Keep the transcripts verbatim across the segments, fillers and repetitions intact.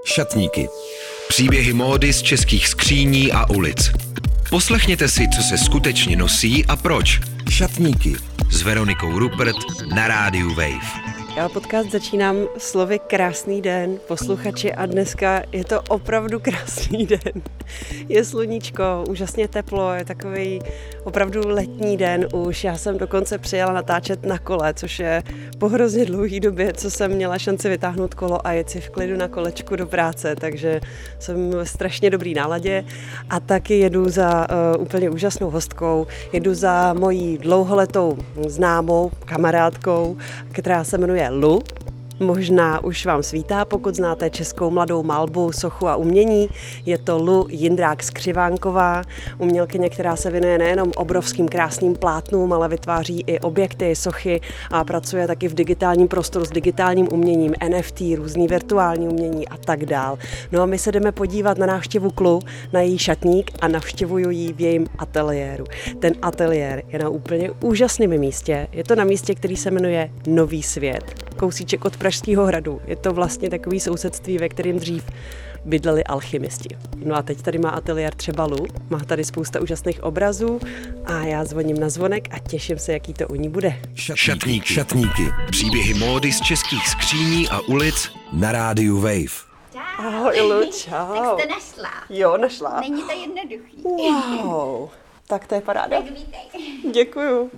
Šatníky. Příběhy módy z českých skříní a ulic. Poslechněte si, co se skutečně nosí a proč. Šatníky s Veronikou Rupert na rádiu Wave. Já podcast začínám slovy krásný den, posluchači, a dneska je to opravdu krásný den. Je sluníčko, úžasně teplo, je takový opravdu letní den už. Já jsem dokonce přijela natáčet na kole, což je po hrozně dlouhý době, co jsem měla šanci vytáhnout kolo a jet si v klidu na kolečku do práce, takže jsem v strašně dobrý náladě a taky jedu za uh, úplně úžasnou hostkou, jedu za mojí dlouholetou známou kamarádkou, která se jmenuje Lu. Možná už vám svítá, pokud znáte českou mladou malbu, sochu a umění. Je to Lu Jindrák Skřivánková, umělkyně, která se věnuje nejenom obrovským krásným plátnům, ale vytváří i objekty, sochy a pracuje taky v digitálním prostoru s digitálním uměním, N F T, různý virtuální umění a tak dál. No a my se jdeme podívat na návštěvu Lu, na její šatník a navštěvuju ji v jejím ateliéru. Ten ateliér je na úplně úžasném místě. Je to na místě, který se jmenuje Nový svět. Kousíček od Pražského hradu. Je to vlastně takový sousedství, ve kterém dřív bydleli alchymisti. No a teď tady má ateliér třeba Lu, má tady spousta úžasných obrazů a já zvoním na zvonek a těším se, jaký to u ní bude. Šatníky. Šatníky. Příběhy módy z českých skříní a ulic na rádiu Wave. Čau. Ahoj Lu, čau. Tak jste našla. Jo, našla. Není to jednoduchý. Wow, tak to je paráda. Tak vítej. Děkuju.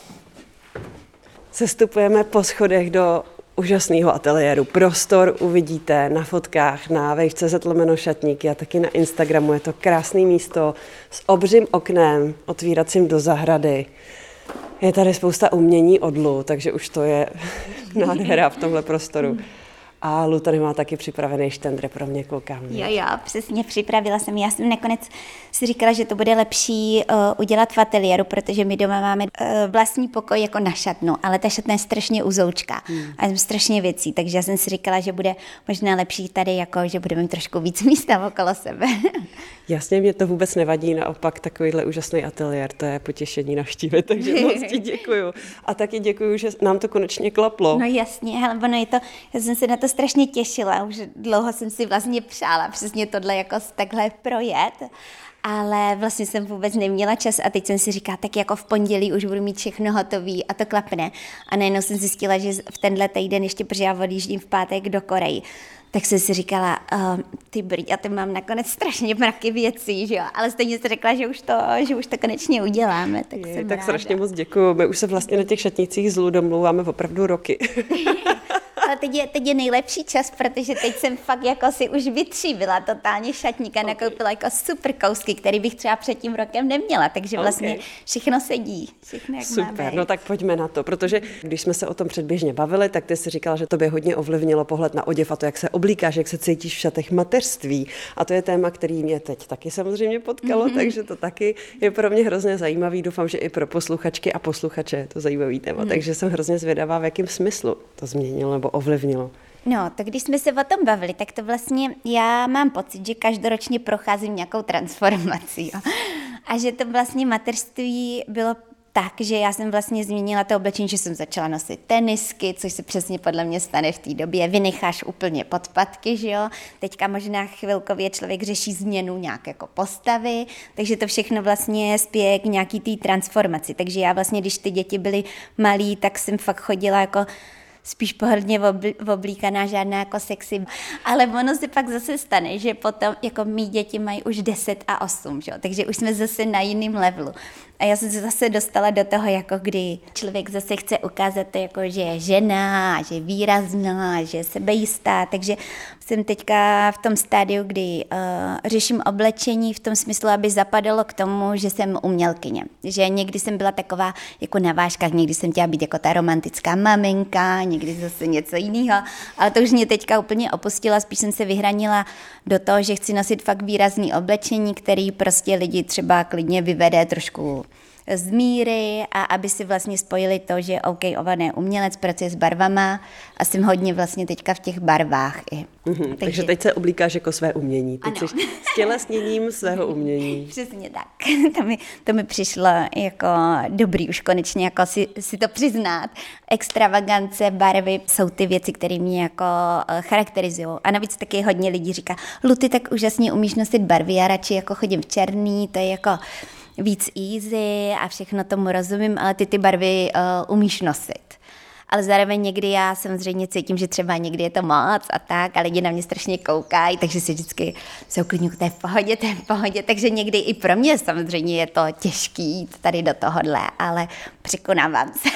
Sestupujeme po schodech do úžasného ateliéru. Prostor uvidíte na fotkách na wave tečka cé zet lomeno šatníky a taky na Instagramu. Je to krásné místo s obřím oknem, otvíracím do zahrady. Je tady spousta umění od Lu, takže už to je nádhera v tomhle prostoru. A Lu tady má taky připravený štendr pro mě, koukám. Jo, jo, přesně připravila jsem. Já jsem nakonec si říkala, že to bude lepší uh, udělat v ateliéru, protože my doma máme uh, vlastní pokoj jako na šatnu, ale ta šatna je strašně uzoučká hmm. a jsem strašně věcí, takže já jsem si říkala, že bude možná lepší tady, jako, že budeme mít trošku víc místa okolo sebe. Jasně, mě to vůbec nevadí, naopak takovýhle úžasný ateliér, to je potěšení navštívit, takže moc ti děkuju. A taky děkuju, že nám to konečně klaplo. No jasně, ale ono je to, já jsem se na to strašně těšila, už dlouho jsem si vlastně přála přesně tohle jako takhle projet, ale vlastně jsem vůbec neměla čas a teď jsem si říkala, tak jako v pondělí už budu mít všechno hotový a to klapne. A najednou jsem zjistila, že v tenhle týden ještě, protože já odjíždím v pátek do Koreji, tak jsem si říkala, uh, ty brď, já tam mám nakonec strašně mraky věcí, že jo, ale stejně jsi řekla, že už to, že už to konečně uděláme, tak je, jsem Tak ráda. strašně moc děkuju, my už se vlastně na těch šatnicích z Lu domlouváme opravdu roky. Ale teď je, teď je nejlepší čas, protože teď jsem fakt jako si už vytříbila totálně šatníka, okay. Nakoupila jako super kousky, který bych třeba před tím rokem neměla, takže vlastně okay. Všechno sedí, všechno jak super, má být. No tak pojďme na to, protože když jsme se o tom předběžně bavili, tak ty jsi říkala, že tobě hodně ovlivnilo pohled na oděv a to, jak se oblíkáš, jak se cítíš v šatech mateřství a to je téma, který mě teď taky samozřejmě potkalo, mm-hmm. takže to taky je pro mě hrozně zajímavý, doufám, že i pro posluchačky a posluchače je to zajímavý téma, mm. takže jsem hrozně zvědavá, v jakém smyslu to změnilo nebo ovlivnilo. No, tak když jsme se o tom bavili, tak to vlastně já mám pocit, že každoročně procházím nějakou transformací. Jo. A že to vlastně mateřství bylo tak, že já jsem vlastně změnila to oblečení, že jsem začala nosit tenisky, což se přesně podle mě stane v té době. Vynecháš úplně podpatky, že jo. Teďka možná chvilkově člověk řeší změnu nějak jako postavy, takže to všechno vlastně spěje k nějaký té transformaci. Takže já vlastně, když ty děti byly malí, tak jsem fakt chodila jako spíš pohodlně oblíkaná, žádná jako sexy. Ale ono se pak zase stane, že potom jako mý děti mají už deset a osm, že? Takže už jsme zase na jiném levelu. A já jsem se zase dostala do toho, jako kdy člověk zase chce ukázat to, jako, že je žena, že je výrazná, že je sebejistá, takže jsem teďka v tom stádiu, kdy uh, řeším oblečení v tom smyslu, aby zapadalo k tomu, že jsem umělkyně. Že někdy jsem byla taková jako na vážkách, někdy jsem chtěla být jako ta romantická maminka, někdy zase něco jiného, ale to už mě teďka úplně opustila, spíš jsem se vyhranila do toho, že chci nosit fakt výrazný oblečení, který prostě lidi třeba klidně vyvede trošku z míry a aby si vlastně spojili to, že OK, on je umělec, pracuje s barvama a jsem hodně vlastně teďka v těch barvách i. Mm-hmm, takže, takže teď se oblíkáš jako své umění. Teď jsi stělesněním svého umění. Přesně tak. To mi, to mi přišlo jako dobrý už konečně jako si, si to přiznat. Extravagance, barvy jsou ty věci, které mě jako charakterizují. A navíc taky hodně lidí říká, Lu, ty tak úžasně umíš nosit barvy, já radši jako chodím v černý, to je jako víc easy a všechno tomu rozumím, ale ty ty barvy uh, umíš nosit. Ale zároveň někdy já samozřejmě cítím, že třeba někdy je to moc a tak a lidi na mě strašně koukají, takže si vždycky se uklidňuji, to je v pohodě, to je v pohodě, takže někdy i pro mě samozřejmě je to těžký jít tady do tohohle, ale překonávám se.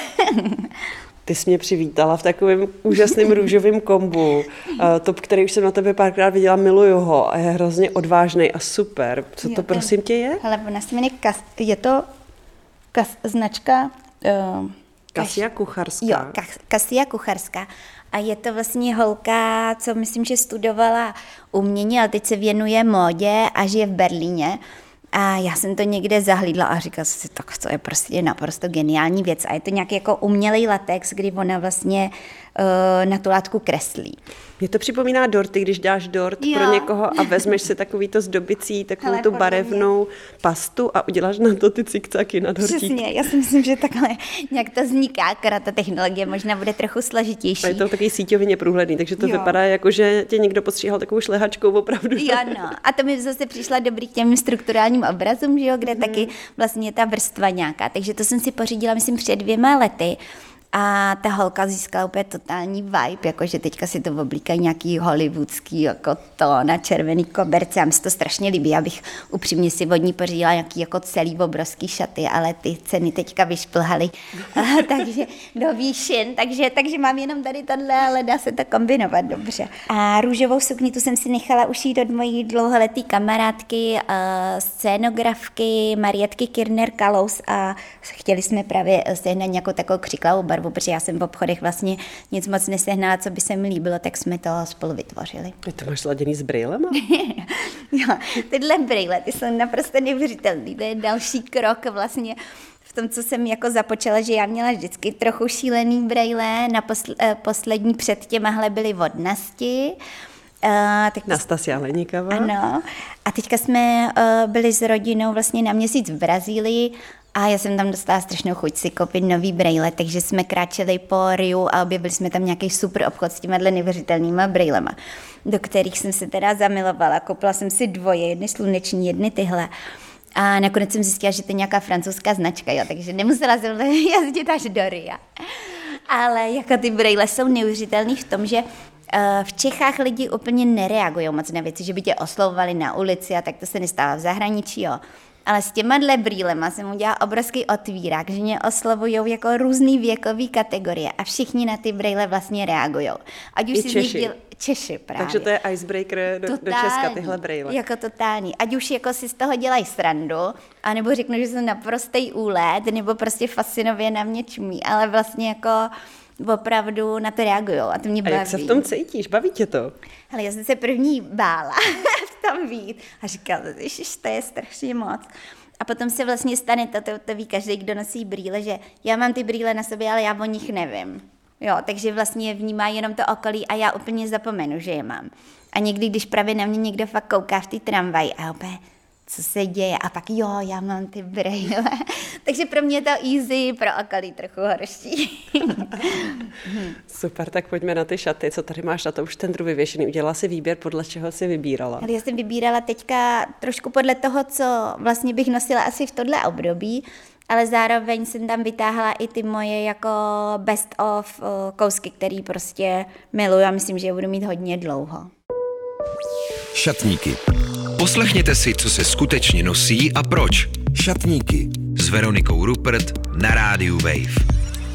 Ty jsi mě přivítala v takovém úžasném růžovém kombu. Top, který už jsem na tebe párkrát viděla, miluju ho a je hrozně odvážný a super. Co to jo, prosím tě je? Hele, ona se jmenuje Kas, je to kas, značka... Uh, Kasia Kucharská. Jo, Kasia Kucharská. A je to vlastně holka, co myslím, že studovala umění, ale teď se věnuje módě a žije v Berlíně. A já jsem to někde zahlídla a říkala si, tak to je prostě naprosto geniální věc. A je to nějaký jako umělej latex, kdy ona vlastně uh, na tu látku kreslí. Mě to připomíná dorty, když dáš dort jo. pro někoho a vezmeš si takový to zdobicí, takovou Hele, tu barevnou mě. pastu a uděláš na to ty cikcaky na dortík. Přesně, já si myslím, že takhle nějak to vzniká, akorát ta technologie možná bude trochu složitější. A je to takový síťovině průhledný, takže to jo. vypadá jako, že tě někdo postříhal takovou šlehačkou opravdu. Jo, no. A to mi zase přišla dobrý k těm strukturálním obrazům, že jo, kde hmm. taky vlastně ta vrstva nějaká. Takže to jsem si pořídila, myslím, před dvěma lety. A ta holka získala úplně totální vibe, jakože teďka si to oblíkají nějaký hollywoodský jako to na červený koberce. A mi se to strašně líbí, já bych upřímně si od ní pořídila nějaký jako celý obrovský šaty, ale ty ceny teďka vyšplhaly, takže do výšin, takže, takže mám jenom tady tohle, ale dá se to kombinovat dobře. A růžovou sukni tu jsem si nechala ušít od mojí dlouholetý kamarádky, scénografky Marietky Kirner-Kalous a chtěli jsme právě sehnat nějakou takovou křiklavou barvu, protože já jsem v obchodech vlastně nic moc nesehnala, co by se mi líbilo, tak jsme to spolu vytvořili. To máš sladěný s brýlema? Jo, tyhle brýle, ty jsou naprosto neuvěřitelný. To je další krok vlastně v tom, co jsem jako započala, že já měla vždycky trochu šílený brýle, na posl- poslední před těmahle byly vodnasti. Uh, tak Nastasia Leníková. Ano. A teďka jsme uh, byli s rodinou vlastně na měsíc v Brazílii a já jsem tam dostala strašnou chuť si koupit nový brejle, takže jsme kráčeli po Riu a objevili jsme tam nějaký super obchod s těma neuvěřitelnýma brejlema, do kterých jsem se teda zamilovala. Koupila jsem si dvoje, jedny sluneční, jedny tyhle. A nakonec jsem zjistila, že to je nějaká francouzská značka, jo, takže nemusela jsem jezdit až do Ria. Ale jako ty brejle jsou neuvěřitelný v tom, že v Čechách lidi úplně nereagují moc na věci, že by tě oslovovali na ulici a tak to se nestává v zahraničí, jo. Ale s těma brýlema jsem udělala obrovský otvírák, že mě oslovují jako různý věkový kategorie a všichni na ty brýle vlastně reagují. Ať už I si Češi. Z nich děl... Češi právě. Takže to je icebreaker do, do Česka, tyhle brýle. Jako totální. Ať už jako si z toho dělají srandu, anebo řeknu, že jsem naprostý úlet, nebo prostě fascinově na mě čumí, ale vlastně jako opravdu na to reagujou a to mě baví. A jak se v tom cítíš? Baví tě to? Ale já jsem se první bála v tom být a říkala, ježiš, to je strašně moc. A potom se vlastně stane to, to, to ví každý, kdo nosí brýle, že já mám ty brýle na sobě, ale já o nich nevím. Jo, takže vlastně vnímá jenom to okolí a já úplně zapomenu, že je mám. A někdy, když právě na mě někdo fakt kouká v té tramvaji a opět, co se děje a pak jo, já mám ty brejle. Takže pro mě je to easy, pro okolí trochu horší. Super, tak pojďme na ty šaty. Co tady máš na to už tendru vyvěšený? Udělala si výběr, podle čeho jsi vybírala? Já jsem vybírala teďka trošku podle toho, co vlastně bych nosila asi v tohle období, ale zároveň jsem tam vytáhla i ty moje jako best of kousky, který prostě miluji a myslím, že je budu mít hodně dlouho. Šatníky. Poslechněte si, co se skutečně nosí a proč. Šatníky s Veronikou Rupert na rádiu Wave.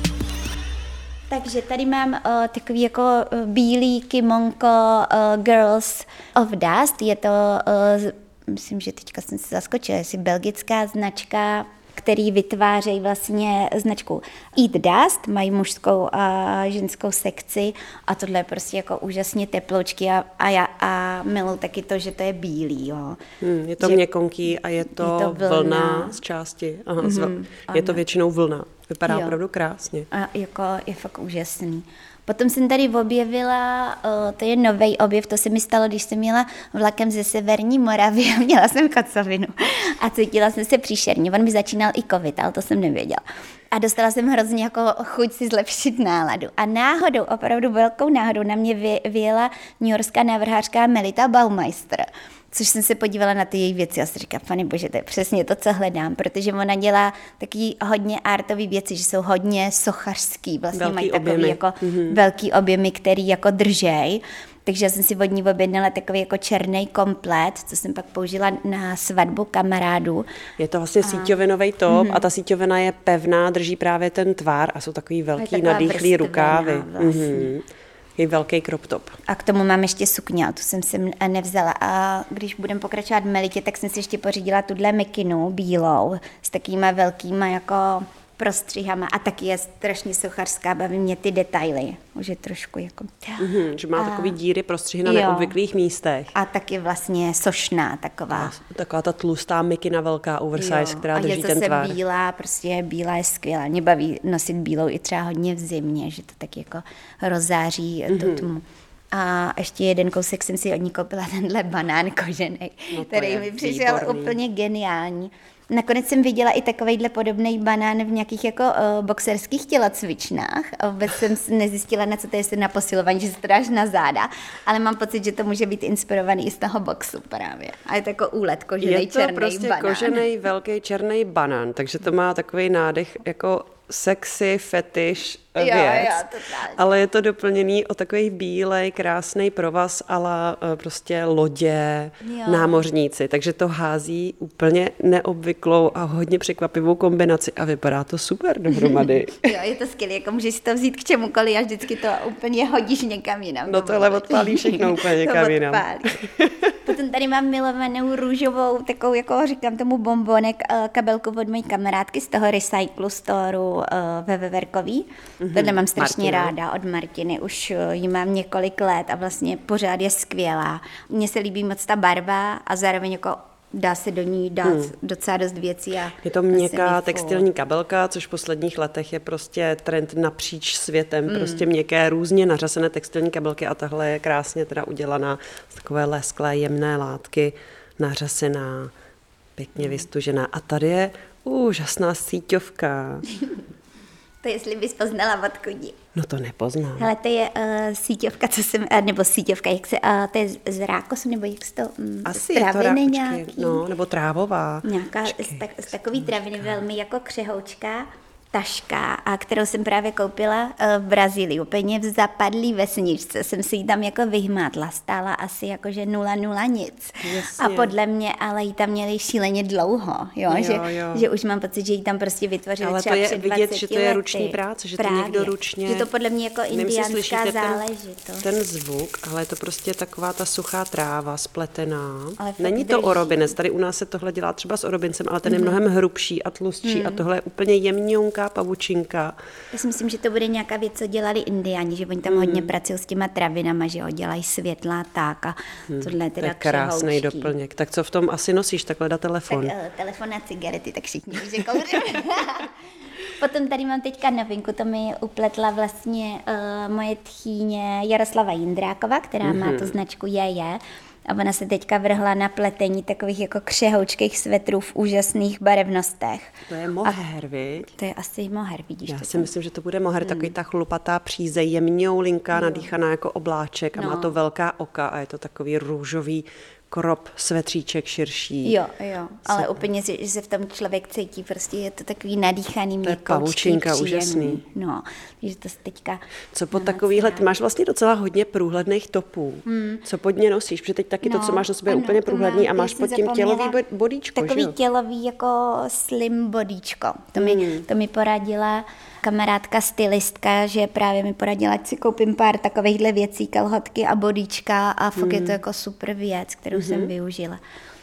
Takže tady mám uh, takový jako uh, bílý kimonko uh, Girls of Dust. Je to, uh, myslím, že teďka jsem se zaskočila, jestli belgická značka který vytvářejí vlastně značku Eat Dust, mají mužskou a ženskou sekci a tohle je prostě jako úžasně teploučky a, a já a miluji taky to, že to je bílý, jo. Hmm, je to že, měkonký a je to, je to vlna. vlna z části. Aha, mm-hmm, je to většinou vlna. Vypadá jo. opravdu krásně. A jako je fakt úžasný. Potom jsem tady objevila, to je nový objev, to se mi stalo, když jsem jela vlakem ze Severní Moravy a měla jsem kocovinu a cítila jsem se příšerně. On mi začínal i covid, ale to jsem nevěděla. A dostala jsem hrozně jako chuť si zlepšit náladu. A náhodou, opravdu velkou náhodou, na mě vyjela newyorská návrhářka Melita Baumeister, což jsem se podívala na ty její věci a si říkám, pane bože, to je přesně to, co hledám, protože ona dělá taky hodně artové věci, že jsou hodně sochařský, vlastně velký mají takový objemy. jako mm-hmm. velký objemy, který jako držej. Takže já jsem si od ní objednala takový jako černý komplet, co jsem pak použila na svatbu kamarádů. Je to vlastně a... síťovinový top mm-hmm. a ta síťovina je pevná, drží právě ten tvar a jsou takový velký nadýchlý rukávy. Vlastně. Mm-hmm. Je velký crop top. A k tomu mám ještě sukně, a tu jsem si nevzala. A když budeme pokračovat v Melitě, tak jsem si ještě pořídila tuhle mikinu bílou s takýma velkýma jako prostřihama a taky je strašně sochařská, baví mě ty detaily. Už je trošku jako... Mm-hmm, že má a... takový díry, prostřihy na jo. neobvyklých místech. A taky vlastně sošná taková. A taková ta tlustá mikina velká oversize, jo. která drží ten tvar. A je zase bílá, prostě bílá je skvělá. Mě baví nosit bílou i třeba hodně v zimě, že to tak jako rozáří mm-hmm. to tmu. A ještě jeden kousek jsem si od ní koupila tenhle banán kožený, no který mi přišel výborný. Úplně geniální. Nakonec jsem viděla i takovejhle podobný banán v nějakých jako uh, boxerských tělocvičnách a vůbec jsem nezjistila, na co to je, jestli na posilování, že se to dáš na záda, ale mám pocit, že to může být inspirovaný i z toho boxu právě. A je to jako úlet, kožený černý banán. Je to prostě kožený velký černý banán, takže to má takový nádech jako sexy fetiš věc, jo, jo, ale je to doplněný o takový bílej, krásný provaz ala prostě lodě, jo. námořníci, takže to hází úplně neobvyklou a hodně překvapivou kombinaci a vypadá to super dohromady. Jo, je to skvělé, jako můžeš si to vzít k čemukoliv a vždycky to úplně hodíš někam jinam. No tohle odpálí všechno úplně někam jinam. Potom tady mám milovanou růžovou, takovou, jako říkám tomu bombonek, kabelku od mojí kamarádky z toho Recycle Storeu ve Veverkový. Mm-hmm. Tohle mám strašně Martina. ráda od Martiny, už ji mám několik let a vlastně pořád je skvělá. Mně se líbí moc ta barva a zároveň jako dá se do ní dát hmm. docela dost věcí. A je to měkká textilní kabelka, což v posledních letech je prostě trend napříč světem, hmm. prostě měkké, různě nařazené textilní kabelky a tahle je krásně teda udělaná z takové lesklé, jemné látky, nařazená, pěkně hmm. vystužená. A tady je úžasná síťovka. To jestli bys poznala odkud je. No to nepoznám. Hele, to je uh, síťovka, co jsem, uh, nebo síťovka, jak se, uh, to je z rákosu, nebo jak se to, um, asi je to rákočky, nějaký, no, nebo trávová. Nějaká z, tak, z takový tráviny velmi jako křehoučká, taška, a kterou jsem právě koupila uh, v Brazílii, úplně v zapadlý vesničce, jsem si ji tam jako vyhmátla, stála asi jakože nula nula nic. Jasně. A podle mě, ale ji tam měli šíleně dlouho, jo, jo, že, jo. že už mám pocit, že ji tam prostě vytvořili ale třeba to je před vidět, že to je lety. ruční práce, že právě. To někdo ručně... Že to podle mě jako indiánská záležitost. Ten, ten zvuk, ale je to prostě taková ta suchá tráva, spletená. Není to orobinec, tady u nás se tohle dělá třeba s orobincem, ale ten je mnohem hrubší a tlustší mm. a tohle je úplně jemňonká pavučinka. Já si myslím, že to bude nějaká věc, co dělali Indiáni, že oni tam hmm. hodně pracují s těma travinama, že ho dělají světla tak a hmm. tohle je teda to je krásný doplněk. Tak co v tom asi nosíš? Takhle dá telefon. Tak, uh, telefon a cigarety, tak všichni už je kouřím. Potom tady mám teďka novinku, to mi upletla vlastně uh, moje tchýně Jaroslava Jindráková, která mm-hmm. má tu značku Je Je. A ona se teďka vrhla na pletení takových jako křehoučkých svetrů v úžasných barevnostech. To je mohair, viď? To je asi mohair, vidíš? Já to si tam? myslím, že to bude mohair, hmm. takový ta chlupatá příze, jemňoulinka, no. nadýchaná jako obláček a no. má to velká oka a je to takový růžový krop, svetříček širší. Jo, jo, ale Super. Úplně, že se v tom člověk cítí, prostě je to takový nadýchaný měkoučký, pavučinka, úžasný. No, že to teďka... Co pod takovýhle, ty máš vlastně docela hodně průhledných topů. Hmm. Co pod ně nosíš? Protože teď taky no, to, co máš na sobě, je úplně průhledný má, a máš pod tím tělový bodíčko, takový že jo? tělový jako slim bodíčko. To, hmm. mi, to mi poradila kamarádka stylistka, že právě mi poradila, ať si koupím pár takovýchhle věcí, kalhotky a bodíčka a fakt hmm. je to jako super věc, kterou hmm. jsem využila.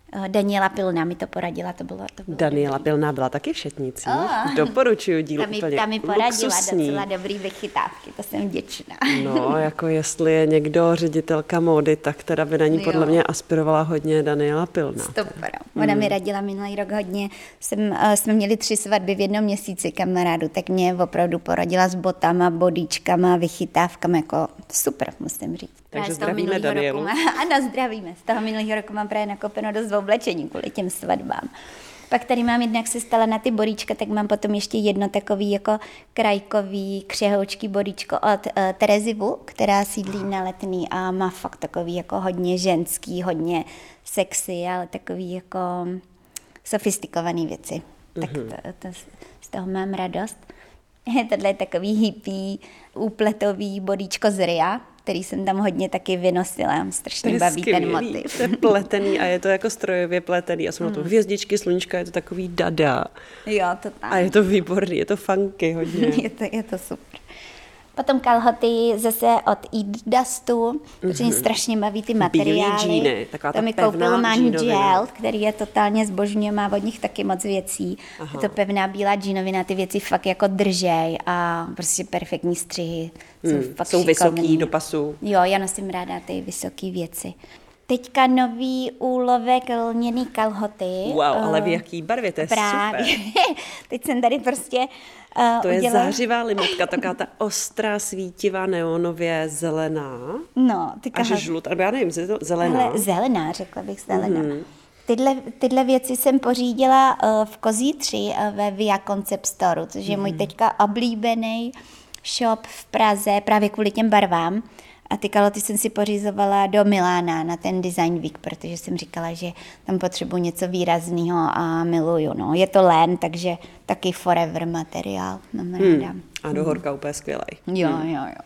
Daniela Pilná mi to poradila, to bylo... To bylo Daniela dobrý. Pilná byla taky v Šatnicích. Oh. Doporučuju díl ta mi, úplně ta mi poradila luxusní. docela dobrý vychytávky, to jsem vděčná. No, jako jestli je někdo ředitelka módy, tak teda by na ní podle Jo. mě aspirovala hodně Daniela Pilná. Stopro. Ona mi radila minulý rok hodně, jsem, uh, jsme měli tři svatby v jednom měsíci kamarádu, tak mě opravdu poradila s botama, bodíčkama, vychytávkama, jako super, musím říct. Takže Z toho zdravíme minulýho Danielu. Roku má, ano, zdravíme. Z toho minulého roku mám právě nakopeno dost oblečení kvůli těm svatbám. Pak tady mám, jednak se stala na ty boríčka, tak mám potom ještě jedno takový jako krajkový křehoučký boríčko od uh, Terezy Wu, která sídlí na Letný a má fakt takový jako hodně ženský, hodně sexy, ale takový jako sofistikovaný věci. Mm-hmm. Tak to, to, z toho mám radost. Tohle je takový hippie, úpletový boríčko z Ria, který jsem tam hodně taky vynosila. Strašně baví skvělý, ten motiv. to je pletený a je to jako strojově pletený a jsou na to hvězdičky, sluníčka, je to takový dada. Jo, to tam. A je to výborný, je to funky hodně. je, to, je to super. Potom kalhoty zase od Eat Dustu, protože mě strašně baví ty materiály. Bílý džíny, taková to ta mi pevná koupil manžel, džínovina. který je totálně zbožňuje, má od nich taky moc věcí. Aha. Je to pevná bílá džínovina, ty věci fakt jako držej a prostě perfektní střihy. Jsou, Hmm, fakt jsou šikovný. vysoký do pasu. Jo, já nosím ráda ty vysoké věci. Teďka nový úlovek lněný kalhoty. Wow, ale v Eh, jaký barvě, to je Právě. super. Teď jsem tady prostě uh, To je udělala... zářivá limotka, taková ta ostrá, svítivá, neonově zelená. No, ty Až kalhoty. žlutá, nebo já nevím, je to zelená. Ale zelená, řekla bych zelená. Mhm. Mm-hmm. Tyhle, tyhle věci jsem pořídila uh, v Kozí tři uh, ve Via Concept Store, což je mm-hmm. můj teďka oblíbený shop v Praze právě kvůli těm barvám. A ty kalhoty jsem si pořizovala do Milána na ten Design Week, protože jsem říkala, že tam potřebuji něco výrazného a miluju. No. Je to lén, takže taky forever materiál. Mám ráda. Hmm. A do horka úplně skvělej. Jo, jo, jo.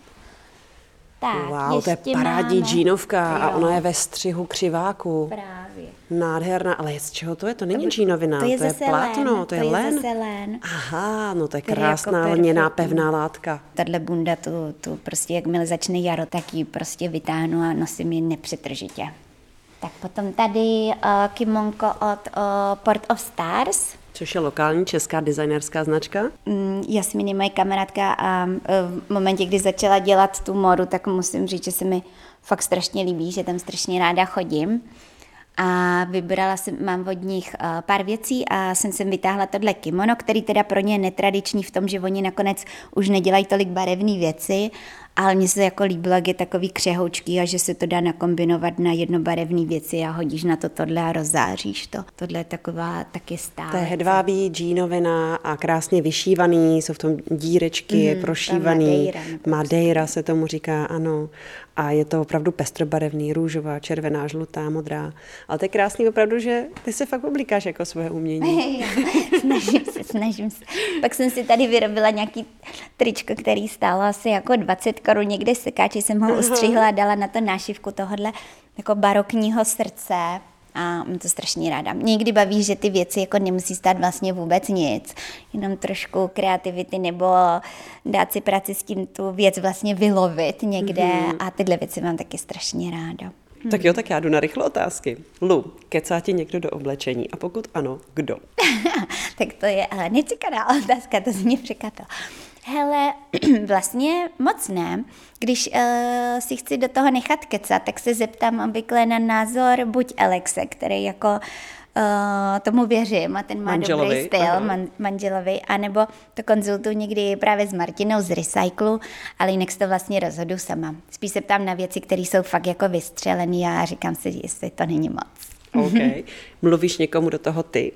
Tak, Wow, to je ještě parádní máme- džínovka a Jo. ona je ve střihu křiváku. Právě. Nádherná, ale z čeho to je? To není džínovina, To je to je zase plátno, lén, to je to je len. zase lén. Aha, no to je To je krásná jako lněná perfektní. pevná látka. Tahle bunda, tu, tu prostě, jakmile začne jaro, tak ji prostě vytáhnu a nosím ji nepřetržitě. Tak potom tady uh, kimonko od uh, Port of Stars. Což je lokální česká designerská značka. Mm, Jasmín, moje kamarádka, a uh, v momentě, kdy začala dělat tu moru, tak musím říct, že se mi fakt strašně líbí, že tam strašně ráda chodím. A vybrala jsem, mám od nich uh, pár věcí a jsem sem vytáhla tohle kimono, který teda pro ně je netradiční v tom, že oni nakonec už nedělají tolik barevné věci, ale mně se jako líbilo, jak je takový křehoučký a že se to dá nakombinovat na jednobarevné věci a hodíš na to tohle a rozzáříš to. Tohle je taková taky stále. To je hedvábí džínovina a krásně vyšívaný, jsou v tom dírečky, Mhm, prošívaný. ta madeira nebo Madeira se tomu říká, ano. A je to opravdu pestrobarevný, růžová, červená, žlutá, modrá. Ale to je krásný opravdu, že ty se fakt oblíkáš jako svoje umění. snažím se, snažím se. Pak jsem si tady vyrobila nějaký tričko, který stálo asi jako dvacet korun někde sekáči, jsem ho ustřihla a dala na to nášivku tohohle jako barokního srdce. A mám to strašně ráda. Mě někdy baví, že ty věci jako nemusí stát vlastně vůbec nic, jenom trošku kreativity nebo dát si práci s tím tu věc vlastně vylovit někde mm-hmm. a tyhle věci mám taky strašně ráda. Tak jo, tak já jdu na rychlé otázky. Lu, kecá ti někdo do oblečení? A pokud ano, kdo? Tak to je ale nečekaná otázka, to se mě překvapilo. Hele, vlastně moc ne. Když uh, si chci do toho nechat kecat, tak se zeptám obvykle na názor buď Alexe, který jako uh, tomu věřím a ten má Manželovi, dobrý styl, aha. man, manželovi, anebo to konzultuju někdy právě s Martinou z Recyclu, ale jinak si to vlastně rozhodu sama. Spíš se ptám na věci, které jsou fakt jako vystřelený a říkám si, jestli to není moc. OK. Mluvíš někomu do toho ty?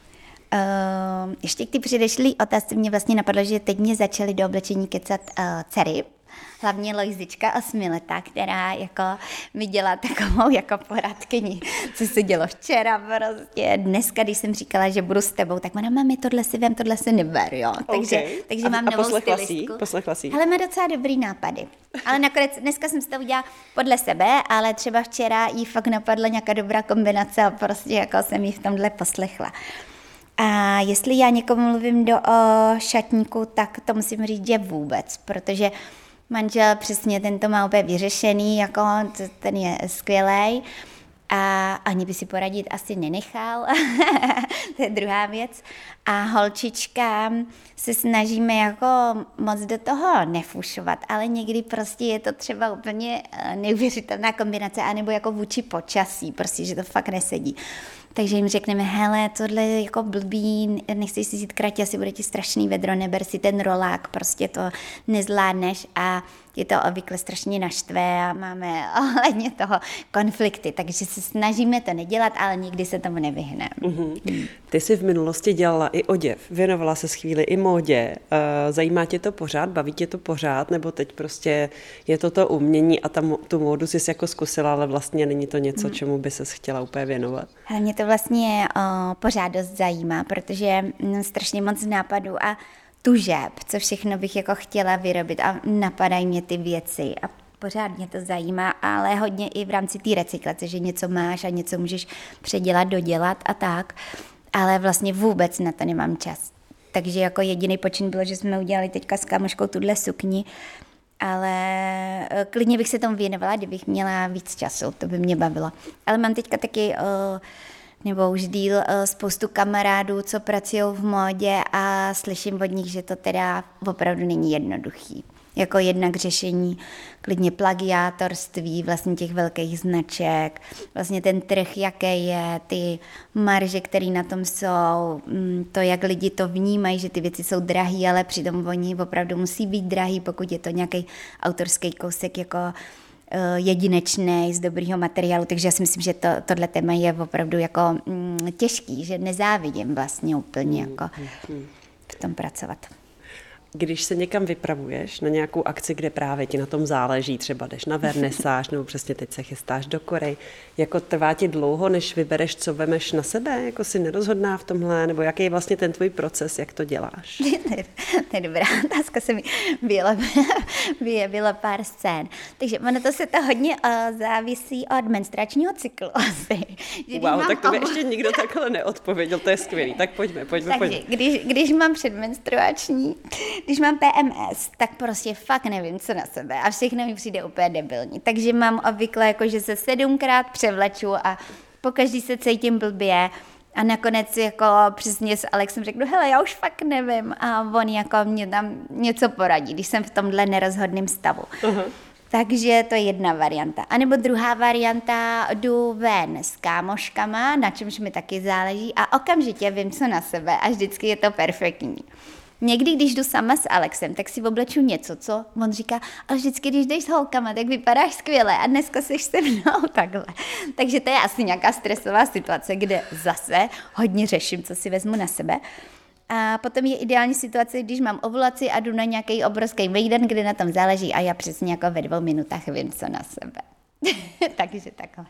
Uh, ještě k ty předešlý otázce mě vlastně napadlo, že teď mě začaly do oblečení kecat uh, dcery, hlavně Lojzička osmiletá, která jako mi dělá takovou jako poradkyni, co se dělo včera prostě. Dneska, když jsem říkala, že budu s tebou, tak ona, mami, tohle si vem, tohle si neber, jo. Takže, Okay. takže A- mám a novou poslechla jsi? stylistku. Poslechla jsi? Ale má docela dobrý nápady. Ale nakonec, dneska jsem si to udělala podle sebe, ale třeba včera jí fakt napadla nějaká dobrá kombinace a prostě jako jsem jí v tomhle poslechla. A jestli já někomu mluvím do o, šatníku, tak to musím říct, že vůbec, protože manžel přesně ten to má úplně vyřešený, jako ten je skvělej. a ani by si poradit asi nenechal, to je druhá věc. A holčičkám se snažíme jako moc do toho nefušovat, ale někdy prostě je to třeba úplně neuvěřitelná kombinace, anebo jako vůči počasí, prostě, že to fakt nesedí. Takže jim řekneme, hele, tohle je jako blbý, nechceš si vzít krať, asi bude ti strašný vedro, neber si ten rolák, prostě to nezvládneš a je to obvykle strašně naštve a máme ohledně toho konflikty, takže se snažíme to nedělat, ale nikdy se tomu nevyhneme. Mm-hmm. Ty jsi v minulosti dělala i oděv, věnovala se chvíli i módě, zajímá tě to pořád, baví tě to pořád, nebo teď prostě je to to umění a tam, tu módu jsi jako zkusila, ale vlastně není to něco, mm. čemu by ses chtěla úplně věnovat? Ale mě to vlastně o, pořád dost zajímá, protože m, strašně moc nápadů a tužeb, co všechno bych jako chtěla vyrobit a napadají mě ty věci a pořád mě to zajímá, ale hodně i v rámci té recyklace, že něco máš a něco můžeš předělat, dodělat a tak, ale vlastně vůbec na to nemám čas. Takže jako jediný počin bylo, že jsme udělali teďka s kámoškou tuhle sukni, ale klidně bych se tomu věnovala, kdybych měla víc času, to by mě bavilo. Ale mám teďka taky uh, nebo už díl spoustu kamarádů, co pracují v módě a slyším od nich, že to teda opravdu není jednoduchý. Jako jednak řešení klidně plagiátorství, vlastně těch velkých značek, vlastně ten trh, jaký je, ty marže, které na tom jsou, to, jak lidi to vnímají, že ty věci jsou drahý, ale přitom oni opravdu musí být drahý, pokud je to nějaký autorský kousek jako jedinečný, z dobrýho materiálu, takže já si myslím, že to, tohle téma je opravdu jako mm, těžký, že nezávidím vlastně úplně jako v tom pracovat. Když se někam vypravuješ na nějakou akci, kde právě ti na tom záleží, třeba jdeš na vernisáž, nebo přesně teď se chystáš do Koreji, jako trvá ti dlouho, než vybereš, co vemeš na sebe, jako si nerozhodná v tomhle, nebo jaký je vlastně ten tvůj proces, jak to děláš? To je dobrá otázka, se mi vyjevilo pár scén. Takže ono to se to hodně uh, závisí od menstruačního cyklu asi. Wow, tak to by ještě nikdo takhle neodpověděl, to je skvělý, tak pojďme, pojďme, Takže, pojďme. Když, když mám předmenstruační, když mám P M S, tak prostě fakt nevím, co na sebe a všechno mi přijde úplně debilní. Takže mám obvykle jako, že se sedmkrát převleču a pokaždý se cítím blbě a nakonec jako přesně s Alexem řeknu, hele, já už fakt nevím a on jako mě tam něco poradí, když jsem v tomhle nerozhodném stavu. Uh-huh. Takže to je jedna varianta. A nebo druhá varianta, jdu ven s kámoškama, na čemž mi taky záleží a okamžitě vím, co na sebe a vždycky je to perfektní. Někdy, když jdu sama s Alexem, tak si obleču něco, co on říká, ale vždycky, když jdeš s holkama, tak vypadáš skvěle a dneska jsi se mnou takhle. Takže to je asi nějaká stresová situace, kde zase hodně řeším, co si vezmu na sebe. A potom je ideální situace, když mám ovulaci a jdu na nějaký obrovský vejden, kde na tom záleží a já přesně jako ve dvou minutách vím, co na sebe. Takže takhle.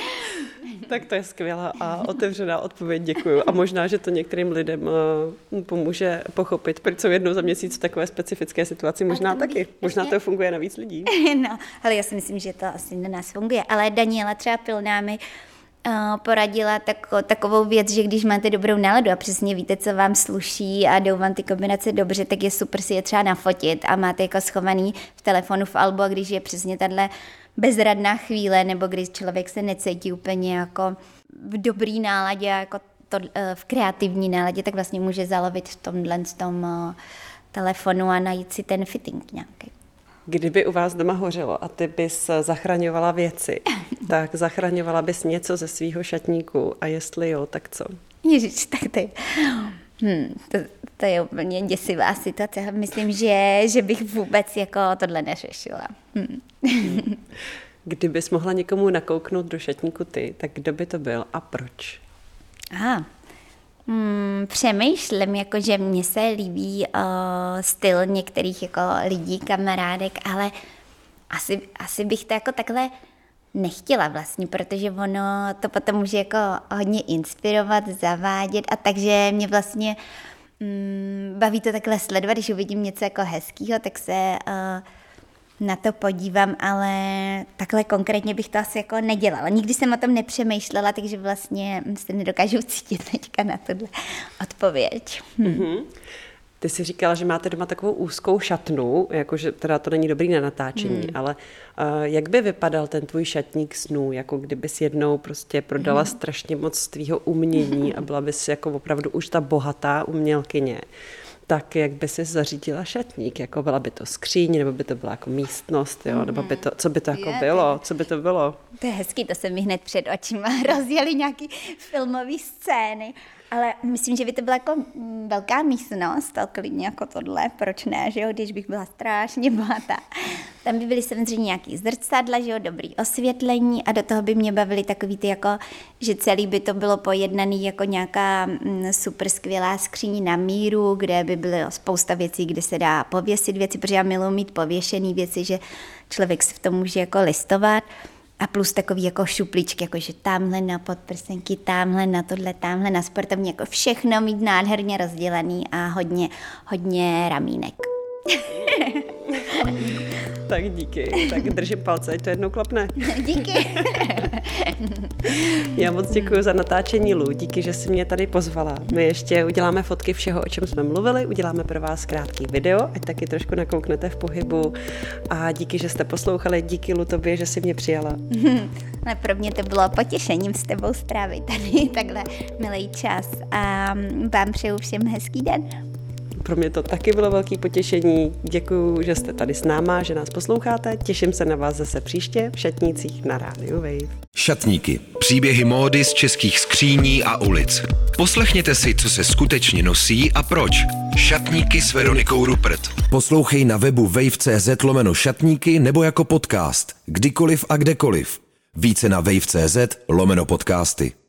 Tak to je skvělá a otevřená odpověď, děkuju. A možná, že to některým lidem pomůže pochopit, proč jsou jednou za měsíc v takové specifické situaci, možná taky. Bych, možná to funguje na víc lidí. No, ale já si myslím, že to asi na nás funguje. Ale Daniela třeba Pilná mi uh, poradila tako, takovou věc, že když máte dobrou náladu a přesně víte, co vám sluší a jdou vám ty kombinace dobře, tak je super si je třeba nafotit a máte jako schovaný v telefonu v albu a když je přesně tahle bezradná chvíle, nebo když člověk se necítí úplně jako v dobrý náladě, jako to, v kreativní náladě, tak vlastně může zalovit v tomhle v tom telefonu a najít si ten fitting nějaký. Kdyby u vás doma hořelo a ty bys zachraňovala věci, tak zachraňovala bys něco ze svýho šatníku a jestli jo, tak co? Ježiš, tak to je, hmm, to, to je úplně děsivá situace. Myslím, že, že bych vůbec jako tohle neřešila. Hmm. Kdybys mohla někomu nakouknout do šatníku ty, tak kdo by to byl a proč? Aha. Hmm, přemýšlím, jako, že mně se líbí uh, styl některých jako lidí, kamarádek, ale asi, asi bych to jako takhle nechtěla vlastně, protože ono to potom může jako hodně inspirovat, zavádět a takže mě vlastně mm, baví to takhle sledovat, když uvidím něco jako hezkýho, tak se uh, na to podívám, ale takhle konkrétně bych to asi jako nedělala. Nikdy jsem o tom nepřemýšlela, takže vlastně se nedokážu cítit teďka na tohle odpověď. Hm. Mm-hmm. Ty jsi říkala, že máte doma takovou úzkou šatnu, jakože teda to není dobrý na natáčení, hmm. ale uh, jak by vypadal ten tvůj šatník snů, jako kdybys jednou prostě prodala hmm. strašně moc tvýho umění a byla bys jako opravdu už ta bohatá umělkyně, tak jak by si zařídila šatník, jako byla by to skříň, nebo by to byla jako místnost, jo? Nebo by to, co by to jako je, bylo, co by to bylo? To je hezký, to se mi hned před očima rozjeli nějaký filmový scény. Ale myslím, že by to byla jako velká místnost, tak klidně jako tohle, proč ne, že jo, když bych byla strašně bohatá. Tam by byly samozřejmě nějaký zrcadla, že jo, dobrý osvětlení a do toho by mě bavily takový ty jako, že celý by to bylo pojednaný jako nějaká super skvělá skříň na míru, kde by bylo spousta věcí, kde se dá pověsit věci, protože já miluji mít pověšený věci, že člověk se v tom může jako listovat. A plus takový jako šuplíčky, jako že tamhle na podprsenky, tamhle na tohle, tamhle na sportovní, jako všechno mít nádherně rozdělený a hodně, hodně ramínek. Tak díky, tak držím palce, ať to jednou klapne. Díky. Já moc děkuji za natáčení, Lu, díky, že jsi mě tady pozvala. My ještě uděláme fotky všeho, o čem jsme mluvili, uděláme pro vás krátký video, ať taky trošku nakouknete v pohybu a díky, že jste poslouchali, díky, Lu, tobě, že jsi mě přijala. Ale pro mě to bylo potěšením s tebou strávit tady takhle milý čas a vám přeju všem hezký den. Pro mě to taky bylo velký potěšení. Děkuju, že jste tady s náma, že nás posloucháte. Těším se na vás zase příště v Šatnících na Rádiu Wave. Šatníky. Příběhy módy z českých skříní a ulic. Poslechněte si, co se skutečně nosí a proč. Šatníky s Veronikou Rupert. Poslouchej na webu wave.cz lomeno šatníky nebo jako podcast. Kdykoliv a kdekoliv. Více na wave.cz lomeno podcasty.